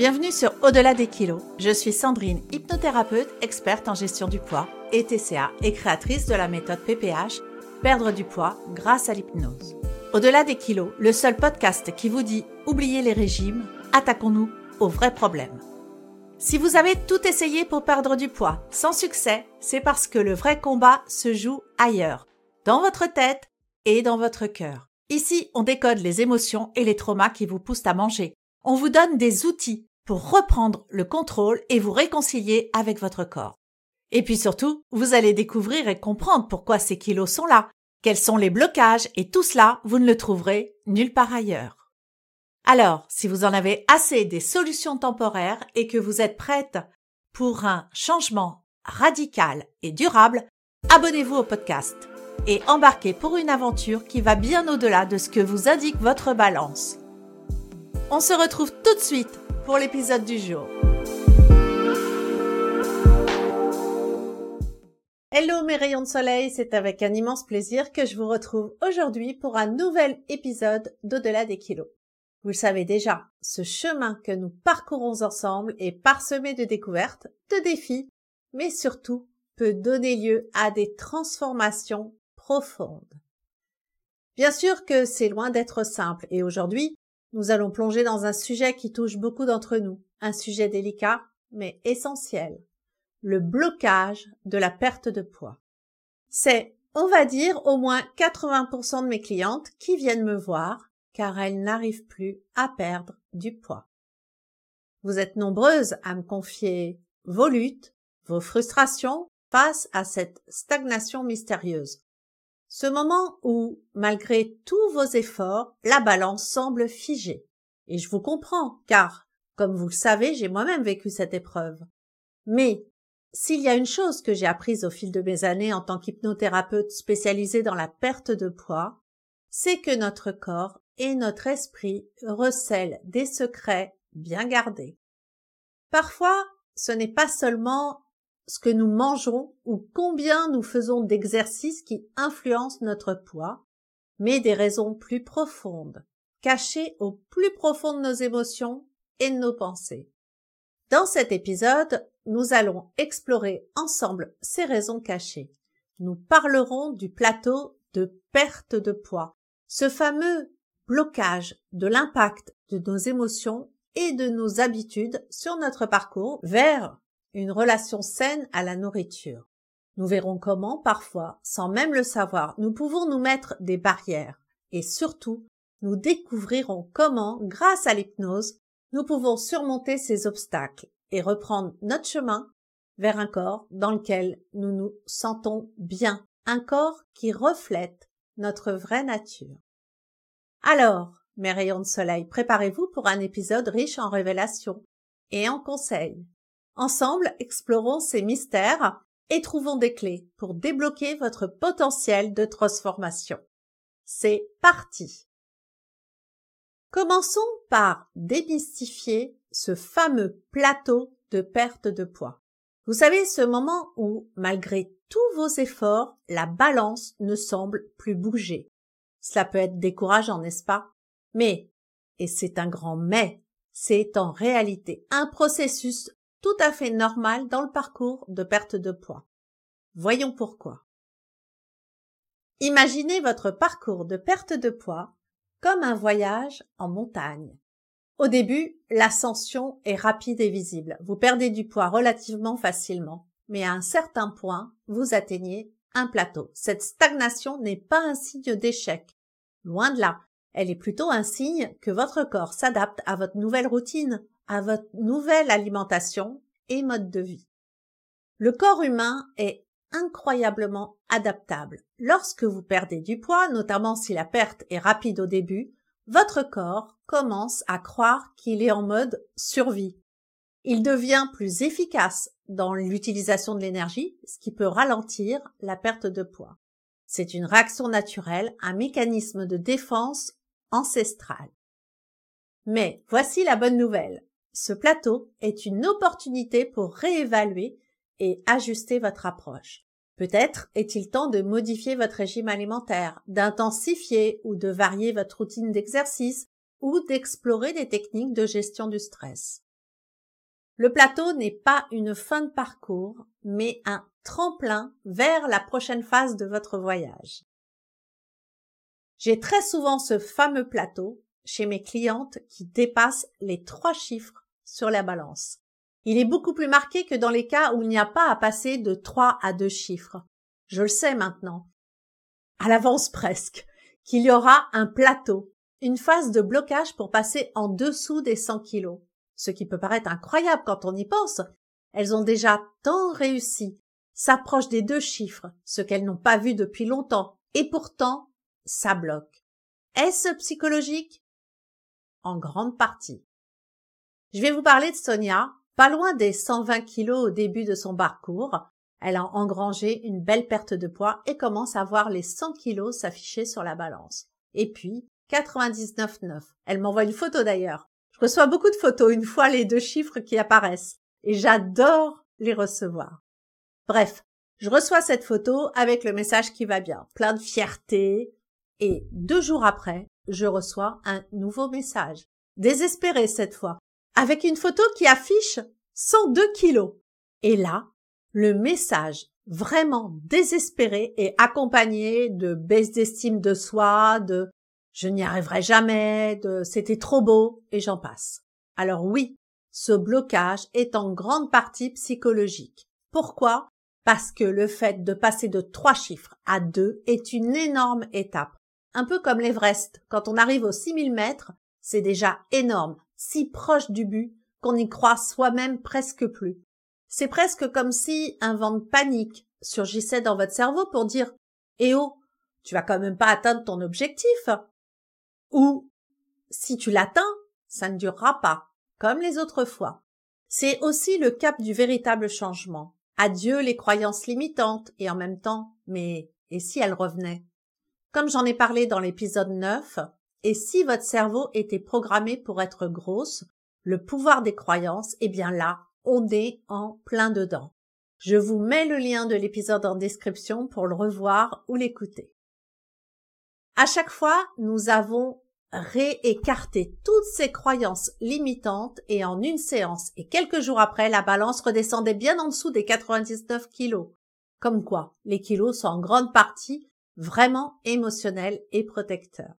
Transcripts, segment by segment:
Bienvenue sur Au-delà des kilos. Je suis Sandrine, hypnothérapeute, experte en gestion du poids et TCA et créatrice de la méthode PPH, perdre du poids grâce à l'hypnose. Au-delà des kilos, le seul podcast qui vous dit oubliez les régimes, attaquons-nous aux vrais problèmes. Si vous avez tout essayé pour perdre du poids sans succès, c'est parce que le vrai combat se joue ailleurs, dans votre tête et dans votre cœur. Ici, on décode les émotions et les traumas qui vous poussent à manger. On vous donne des outils pour reprendre le contrôle et vous réconcilier avec votre corps. Et puis surtout, vous allez découvrir et comprendre pourquoi ces kilos sont là, quels sont les blocages et tout cela, vous ne le trouverez nulle part ailleurs. Alors, si vous en avez assez des solutions temporaires et que vous êtes prête pour un changement radical et durable, abonnez-vous au podcast et embarquez pour une aventure qui va bien au-delà de ce que vous indique votre balance. On se retrouve tout de suite pour l'épisode du jour. Hello mes rayons de soleil, c'est avec un immense plaisir que je vous retrouve aujourd'hui pour un nouvel épisode d'Au-delà des kilos. Vous le savez déjà, ce chemin que nous parcourons ensemble est parsemé de découvertes, de défis, mais surtout peut donner lieu à des transformations profondes. Bien sûr que c'est loin d'être simple et aujourd'hui, nous allons plonger dans un sujet qui touche beaucoup d'entre nous, un sujet délicat mais essentiel, le blocage de la perte de poids. C'est, on va dire, au moins 80% de mes clientes qui viennent me voir car elles n'arrivent plus à perdre du poids. Vous êtes nombreuses à me confier vos luttes, vos frustrations face à cette stagnation mystérieuse. Ce moment où, malgré tous vos efforts, la balance semble figée. Et je vous comprends, car, comme vous le savez, j'ai moi-même vécu cette épreuve. Mais, s'il y a une chose que j'ai apprise au fil de mes années en tant qu'hypnothérapeute spécialisée dans la perte de poids, c'est que notre corps et notre esprit recèlent des secrets bien gardés. Parfois, ce n'est pas seulement ce que nous mangeons ou combien nous faisons d'exercices qui influencent notre poids, mais des raisons plus profondes, cachées au plus profond de nos émotions et de nos pensées. Dans cet épisode, nous allons explorer ensemble ces raisons cachées. Nous parlerons du plateau de perte de poids, ce fameux blocage de l'impact de nos émotions et de nos habitudes sur notre parcours vers une relation saine à la nourriture. Nous verrons comment, parfois, sans même le savoir, nous pouvons nous mettre des barrières et surtout, nous découvrirons comment, grâce à l'hypnose, nous pouvons surmonter ces obstacles et reprendre notre chemin vers un corps dans lequel nous nous sentons bien, un corps qui reflète notre vraie nature. Alors, mes rayons de soleil, préparez-vous pour un épisode riche en révélations et en conseils. Ensemble, explorons ces mystères et trouvons des clés pour débloquer votre potentiel de transformation. C'est parti! Commençons par démystifier ce fameux plateau de perte de poids. Vous savez, ce moment où, malgré tous vos efforts, la balance ne semble plus bouger. Cela peut être décourageant, n'est-ce pas? Mais, et c'est un grand mais, c'est en réalité un processus tout à fait normal dans le parcours de perte de poids. Voyons pourquoi. Imaginez votre parcours de perte de poids comme un voyage en montagne. Au début, l'ascension est rapide et visible. Vous perdez du poids relativement facilement, mais à un certain point, vous atteignez un plateau. Cette stagnation n'est pas un signe d'échec. Loin de là, elle est plutôt un signe que votre corps s'adapte à votre nouvelle routine, à votre nouvelle alimentation et mode de vie. Le corps humain est incroyablement adaptable. Lorsque vous perdez du poids, notamment si la perte est rapide au début, votre corps commence à croire qu'il est en mode survie. Il devient plus efficace dans l'utilisation de l'énergie, ce qui peut ralentir la perte de poids. C'est une réaction naturelle, un mécanisme de défense ancestral. Mais voici la bonne nouvelle. Ce plateau est une opportunité pour réévaluer et ajuster votre approche. Peut-être est-il temps de modifier votre régime alimentaire, d'intensifier ou de varier votre routine d'exercice ou d'explorer des techniques de gestion du stress. Le plateau n'est pas une fin de parcours, mais un tremplin vers la prochaine phase de votre voyage. J'ai très souvent ce fameux plateau chez mes clientes qui dépasse les 3 chiffres sur la balance. Il est beaucoup plus marqué que dans les cas où il n'y a pas à passer de 3 à 2 chiffres. Je le sais maintenant, à l'avance presque, qu'il y aura un plateau, une phase de blocage pour passer en dessous des 100 kilos. Ce qui peut paraître incroyable quand on y pense. Elles ont déjà tant réussi, s'approchent des 2 chiffres, ce qu'elles n'ont pas vu depuis longtemps, et pourtant, ça bloque. Est-ce psychologique? En grande partie. Je vais vous parler de Sonia, pas loin des 120 kilos au début de son parcours. Elle a engrangé une belle perte de poids et commence à voir les 100 kilos s'afficher sur la balance. Et puis, 99,9. Elle m'envoie une photo d'ailleurs. Je reçois beaucoup de photos une fois les 2 chiffres qui apparaissent. Et j'adore les recevoir. Bref, je reçois cette photo avec le message qui va bien, plein de fierté. Et 2 jours après, je reçois un nouveau message. Désespéré cette fois, avec une photo qui affiche 102 kilos. Et là, le message vraiment désespéré est accompagné de baisse d'estime de soi, de « je n'y arriverai jamais », de « c'était trop beau » et j'en passe. Alors oui, ce blocage est en grande partie psychologique. Pourquoi? Parce que le fait de passer de 3 chiffres à 2 est une énorme étape. Un peu comme l'Everest, quand on arrive aux 6000 mètres, c'est déjà énorme, si proche du but qu'on n'y croit soi-même presque plus. C'est presque comme si un vent de panique surgissait dans votre cerveau pour dire « Eh oh, tu vas quand même pas atteindre ton objectif !» Ou « Si tu l'atteins, ça ne durera pas, comme les autres fois. » C'est aussi le cap du véritable changement. Adieu les croyances limitantes et en même temps, mais et si elles revenaient? Comme j'en ai parlé dans l'épisode 9, et si votre cerveau était programmé pour être grosse, le pouvoir des croyances, eh bien là, on est en plein dedans. Je vous mets le lien de l'épisode en description pour le revoir ou l'écouter. À chaque fois, nous avons réécarté toutes ces croyances limitantes et en une séance et quelques jours après, la balance redescendait bien en dessous des 99 kilos. Comme quoi, les kilos sont en grande partie vraiment émotionnels et protecteurs.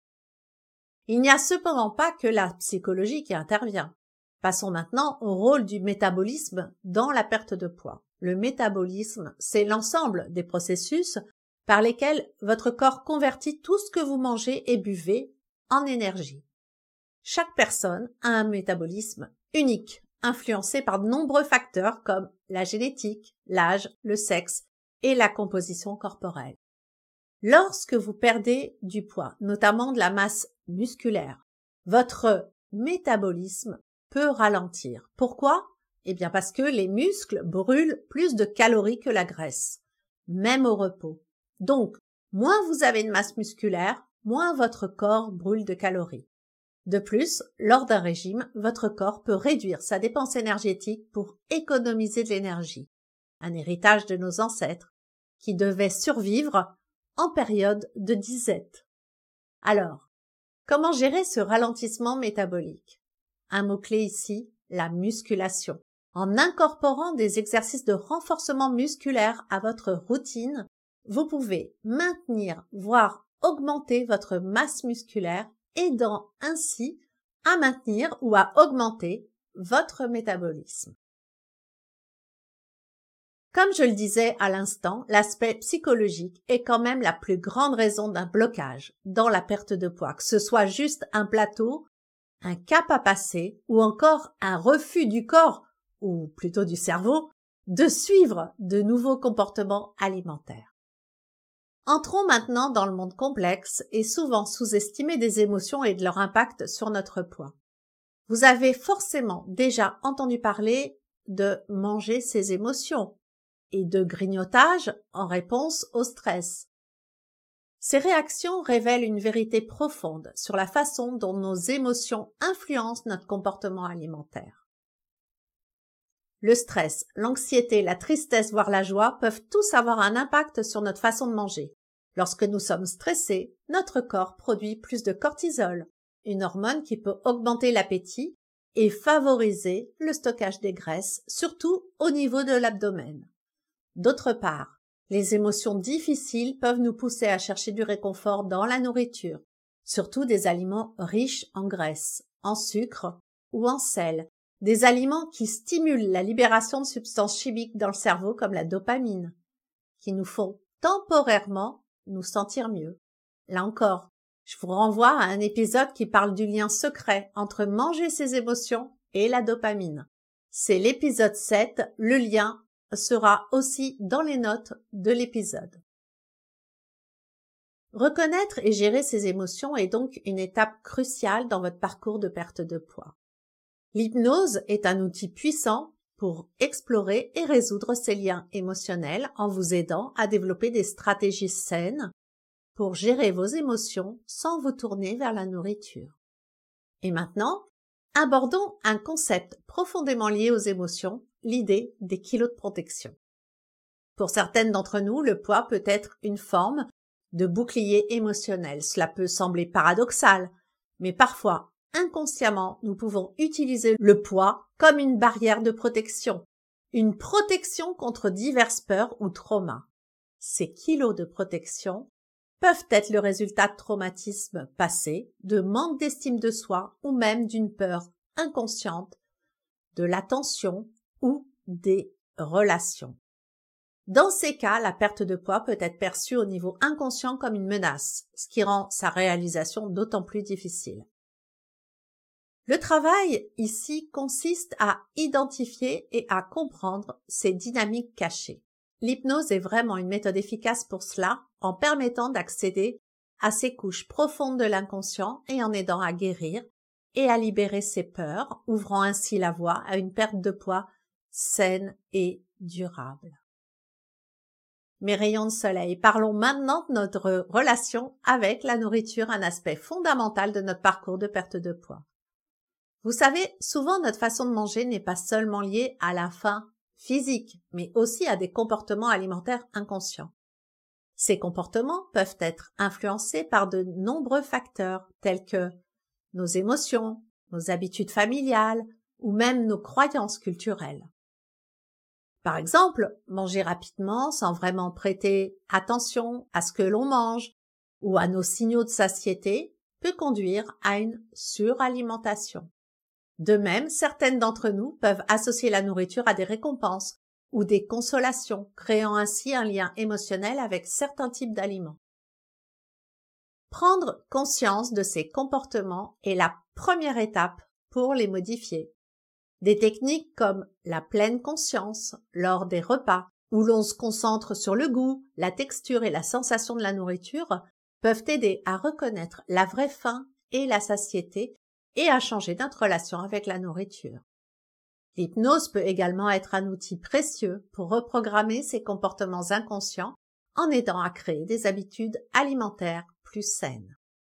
Il n'y a cependant pas que la psychologie qui intervient. Passons maintenant au rôle du métabolisme dans la perte de poids. Le métabolisme, c'est l'ensemble des processus par lesquels votre corps convertit tout ce que vous mangez et buvez en énergie. Chaque personne a un métabolisme unique, influencé par de nombreux facteurs comme la génétique, l'âge, le sexe et la composition corporelle. Lorsque vous perdez du poids, notamment de la masse musculaire, votre métabolisme peut ralentir. Pourquoi? Eh bien parce que les muscles brûlent plus de calories que la graisse, même au repos. Donc, moins vous avez de masse musculaire, moins votre corps brûle de calories. De plus, lors d'un régime, votre corps peut réduire sa dépense énergétique pour économiser de l'énergie. Un héritage de nos ancêtres qui devaient survivre en période de disette. Alors, comment gérer ce ralentissement métabolique? Un mot-clé ici, la musculation. En incorporant des exercices de renforcement musculaire à votre routine, vous pouvez maintenir, voire augmenter votre masse musculaire, aidant ainsi à maintenir ou à augmenter votre métabolisme. Comme je le disais à l'instant, l'aspect psychologique est quand même la plus grande raison d'un blocage dans la perte de poids, que ce soit juste un plateau, un cap à passer ou encore un refus du corps, ou plutôt du cerveau, de suivre de nouveaux comportements alimentaires. Entrons maintenant dans le monde complexe et souvent sous-estimé des émotions et de leur impact sur notre poids. Vous avez forcément déjà entendu parler de manger ses émotions et de grignotage en réponse au stress. Ces réactions révèlent une vérité profonde sur la façon dont nos émotions influencent notre comportement alimentaire. Le stress, l'anxiété, la tristesse, voire la joie peuvent tous avoir un impact sur notre façon de manger. Lorsque nous sommes stressés, notre corps produit plus de cortisol, une hormone qui peut augmenter l'appétit et favoriser le stockage des graisses, surtout au niveau de l'abdomen. D'autre part, les émotions difficiles peuvent nous pousser à chercher du réconfort dans la nourriture, surtout des aliments riches en graisse, en sucre ou en sel, des aliments qui stimulent la libération de substances chimiques dans le cerveau comme la dopamine, qui nous font temporairement nous sentir mieux. Là encore, je vous renvoie à un épisode qui parle du lien secret entre manger ses émotions et la dopamine. C'est l'épisode 7, le lien sera aussi dans les notes de l'épisode. Reconnaître et gérer ses émotions est donc une étape cruciale dans votre parcours de perte de poids. L'hypnose est un outil puissant pour explorer et résoudre ces liens émotionnels en vous aidant à développer des stratégies saines pour gérer vos émotions sans vous tourner vers la nourriture. Et maintenant, abordons un concept profondément lié aux émotions, l'idée des kilos de protection. Pour certaines d'entre nous, le poids peut être une forme de bouclier émotionnel. Cela peut sembler paradoxal, mais parfois, inconsciemment, nous pouvons utiliser le poids comme une barrière de protection, une protection contre diverses peurs ou traumas. Ces kilos de protection peuvent être le résultat de traumatismes passés, de manque d'estime de soi ou même d'une peur inconsciente, de l'attention ou des relations. Dans ces cas, la perte de poids peut être perçue au niveau inconscient comme une menace, ce qui rend sa réalisation d'autant plus difficile. Le travail ici consiste à identifier et à comprendre ces dynamiques cachées. L'hypnose est vraiment une méthode efficace pour cela, en permettant d'accéder à ces couches profondes de l'inconscient et en aidant à guérir et à libérer ses peurs, ouvrant ainsi la voie à une perte de poids saine et durable. Mes rayons de soleil, parlons maintenant de notre relation avec la nourriture, un aspect fondamental de notre parcours de perte de poids. Vous savez, souvent notre façon de manger n'est pas seulement liée à la faim physique, mais aussi à des comportements alimentaires inconscients. Ces comportements peuvent être influencés par de nombreux facteurs tels que nos émotions, nos habitudes familiales ou même nos croyances culturelles. Par exemple, manger rapidement sans vraiment prêter attention à ce que l'on mange ou à nos signaux de satiété peut conduire à une suralimentation. De même, certaines d'entre nous peuvent associer la nourriture à des récompenses ou des consolations, créant ainsi un lien émotionnel avec certains types d'aliments. Prendre conscience de ces comportements est la première étape pour les modifier. Des techniques comme la pleine conscience lors des repas, où l'on se concentre sur le goût, la texture et la sensation de la nourriture, peuvent aider à reconnaître la vraie faim et la satiété et à changer notre relation avec la nourriture. L'hypnose peut également être un outil précieux pour reprogrammer ces comportements inconscients en aidant à créer des habitudes alimentaires plus saines.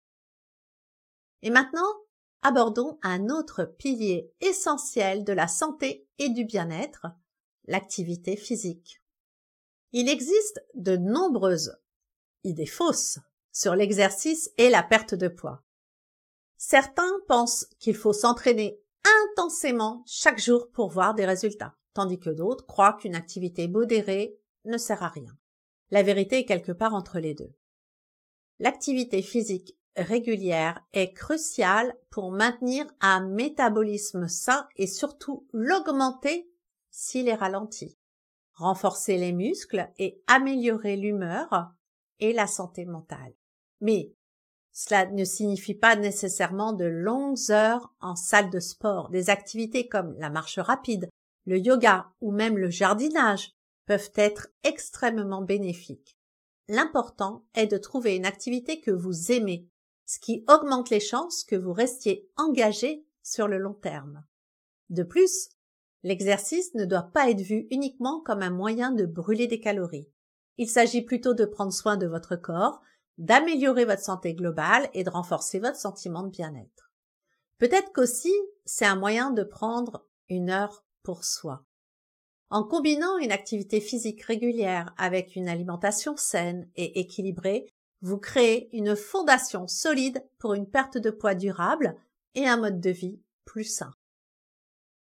Et maintenant, abordons un autre pilier essentiel de la santé et du bien-être, l'activité physique. Il existe de nombreuses idées fausses sur l'exercice et la perte de poids. Certains pensent qu'il faut s'entraîner intensément chaque jour pour voir des résultats, tandis que d'autres croient qu'une activité modérée ne sert à rien. La vérité est quelque part entre les deux. L'activité physique régulière est cruciale pour maintenir un métabolisme sain et surtout l'augmenter s'il est ralenti, renforcer les muscles et améliorer l'humeur et la santé mentale. Mais cela ne signifie pas nécessairement de longues heures en salle de sport. Des activités comme la marche rapide, le yoga ou même le jardinage peuvent être extrêmement bénéfiques. L'important est de trouver une activité que vous aimez, ce qui augmente les chances que vous restiez engagé sur le long terme. De plus, l'exercice ne doit pas être vu uniquement comme un moyen de brûler des calories. Il s'agit plutôt de prendre soin de votre corps, d'améliorer votre santé globale et de renforcer votre sentiment de bien-être. Peut-être qu'aussi, c'est un moyen de prendre une heure pour soi. En combinant une activité physique régulière avec une alimentation saine et équilibrée, vous créez une fondation solide pour une perte de poids durable et un mode de vie plus sain.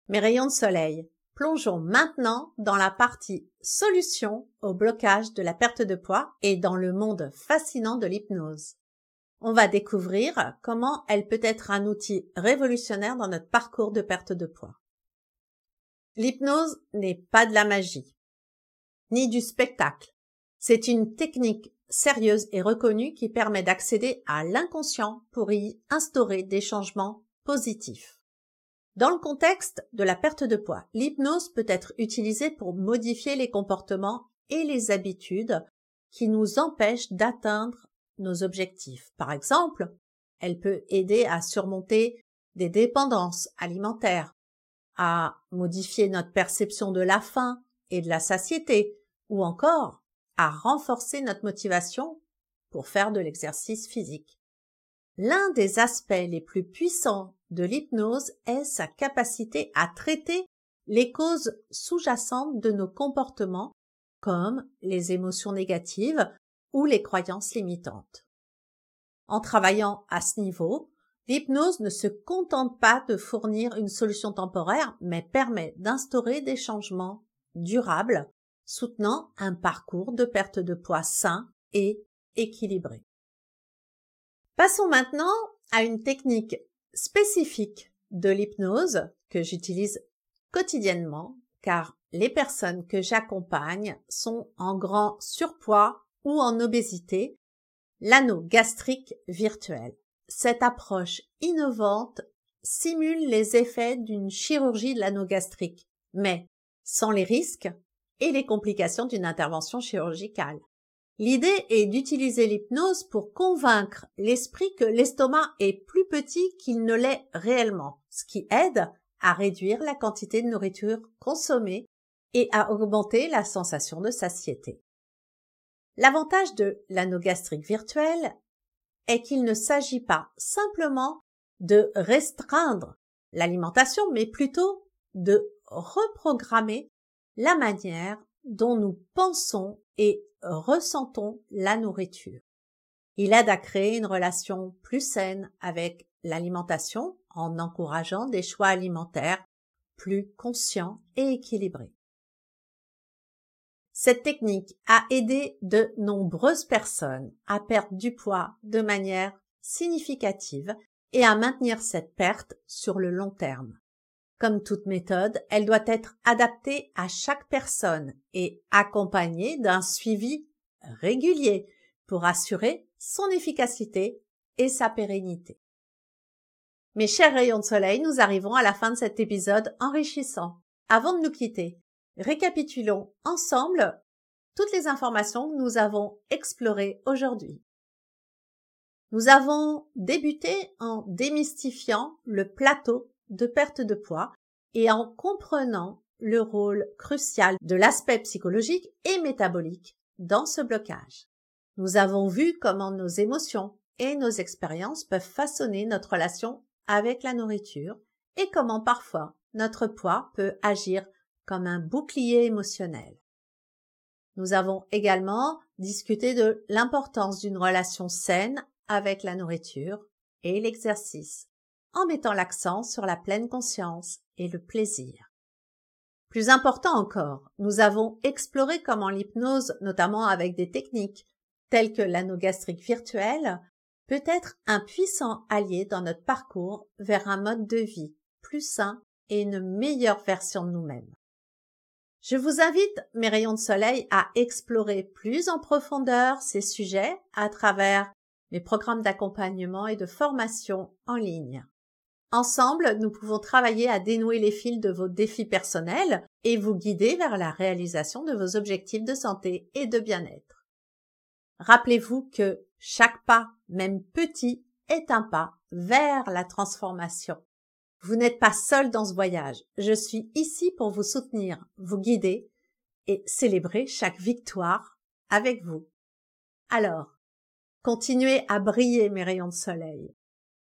Mes rayons de soleil, plongeons maintenant dans la partie solution au blocage de la perte de poids et dans le monde fascinant de l'hypnose. On va découvrir comment elle peut être un outil révolutionnaire dans notre parcours de perte de poids. L'hypnose n'est pas de la magie, ni du spectacle. C'est une technique sérieuse et reconnue qui permet d'accéder à l'inconscient pour y instaurer des changements positifs. Dans le contexte de la perte de poids, l'hypnose peut être utilisée pour modifier les comportements et les habitudes qui nous empêchent d'atteindre nos objectifs. Par exemple, elle peut aider à surmonter des dépendances alimentaires, à modifier notre perception de la faim et de la satiété, ou encore à renforcer notre motivation pour faire de l'exercice physique. L'un des aspects les plus puissants de l'hypnose est sa capacité à traiter les causes sous-jacentes de nos comportements, comme les émotions négatives ou les croyances limitantes. En travaillant à ce niveau, l'hypnose ne se contente pas de fournir une solution temporaire, mais permet d'instaurer des changements durables, soutenant un parcours de perte de poids sain et équilibré. Passons maintenant à une technique spécifique de l'hypnose que j'utilise quotidiennement car les personnes que j'accompagne sont en grand surpoids ou en obésité, l'anneau gastrique virtuel. Cette approche innovante simule les effets d'une chirurgie de l'anneau gastrique, mais sans les risques et les complications d'une intervention chirurgicale. L'idée est d'utiliser l'hypnose pour convaincre l'esprit que l'estomac est plus petit qu'il ne l'est réellement, ce qui aide à réduire la quantité de nourriture consommée et à augmenter la sensation de satiété. L'avantage de l'anneau gastrique virtuel est qu'il ne s'agit pas simplement de restreindre l'alimentation, mais plutôt de reprogrammer la manière dont nous pensons et ressentons la nourriture. Il aide à créer une relation plus saine avec l'alimentation en encourageant des choix alimentaires plus conscients et équilibrés. Cette technique a aidé de nombreuses personnes à perdre du poids de manière significative et à maintenir cette perte sur le long terme. Comme toute méthode, elle doit être adaptée à chaque personne et accompagnée d'un suivi régulier pour assurer son efficacité et sa pérennité. Mes chers rayons de soleil, nous arrivons à la fin de cet épisode enrichissant. Avant de nous quitter, récapitulons ensemble toutes les informations que nous avons explorées aujourd'hui. Nous avons débuté en démystifiant le plateau de perte de poids et en comprenant le rôle crucial de l'aspect psychologique et métabolique dans ce blocage. Nous avons vu comment nos émotions et nos expériences peuvent façonner notre relation avec la nourriture et comment parfois notre poids peut agir comme un bouclier émotionnel. Nous avons également discuté de l'importance d'une relation saine avec la nourriture et l'exercice, en mettant l'accent sur la pleine conscience et le plaisir. Plus important encore, nous avons exploré comment l'hypnose, notamment avec des techniques telles que l'anneau gastrique virtuel, peut être un puissant allié dans notre parcours vers un mode de vie plus sain et une meilleure version de nous-mêmes. Je vous invite, mes rayons de soleil, à explorer plus en profondeur ces sujets à travers mes programmes d'accompagnement et de formation en ligne. Ensemble, nous pouvons travailler à dénouer les fils de vos défis personnels et vous guider vers la réalisation de vos objectifs de santé et de bien-être. Rappelez-vous que chaque pas, même petit, est un pas vers la transformation. Vous n'êtes pas seul dans ce voyage. Je suis ici pour vous soutenir, vous guider et célébrer chaque victoire avec vous. Alors, continuez à briller, mes rayons de soleil.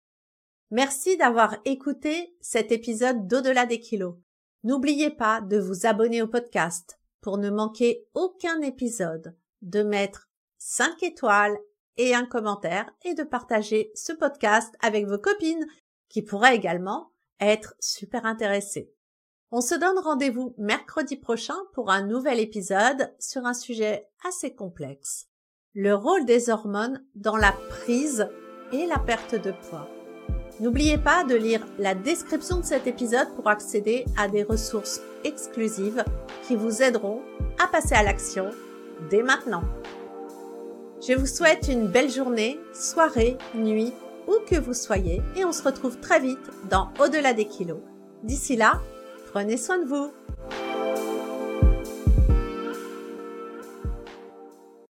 Merci d'avoir écouté cet épisode d'Au-delà des kilos. N'oubliez pas de vous abonner au podcast pour ne manquer aucun épisode, de mettre 5 étoiles et un commentaire et de partager ce podcast avec vos copines qui pourraient également être super intéressées. On se donne rendez-vous mercredi prochain pour un nouvel épisode sur un sujet assez complexe. Le rôle des hormones dans la prise et la perte de poids. N'oubliez pas de lire la description de cet épisode pour accéder à des ressources exclusives qui vous aideront à passer à l'action dès maintenant. Je vous souhaite une belle journée, soirée, nuit, où que vous soyez et on se retrouve très vite dans Au-delà des kilos. D'ici là, prenez soin de vous.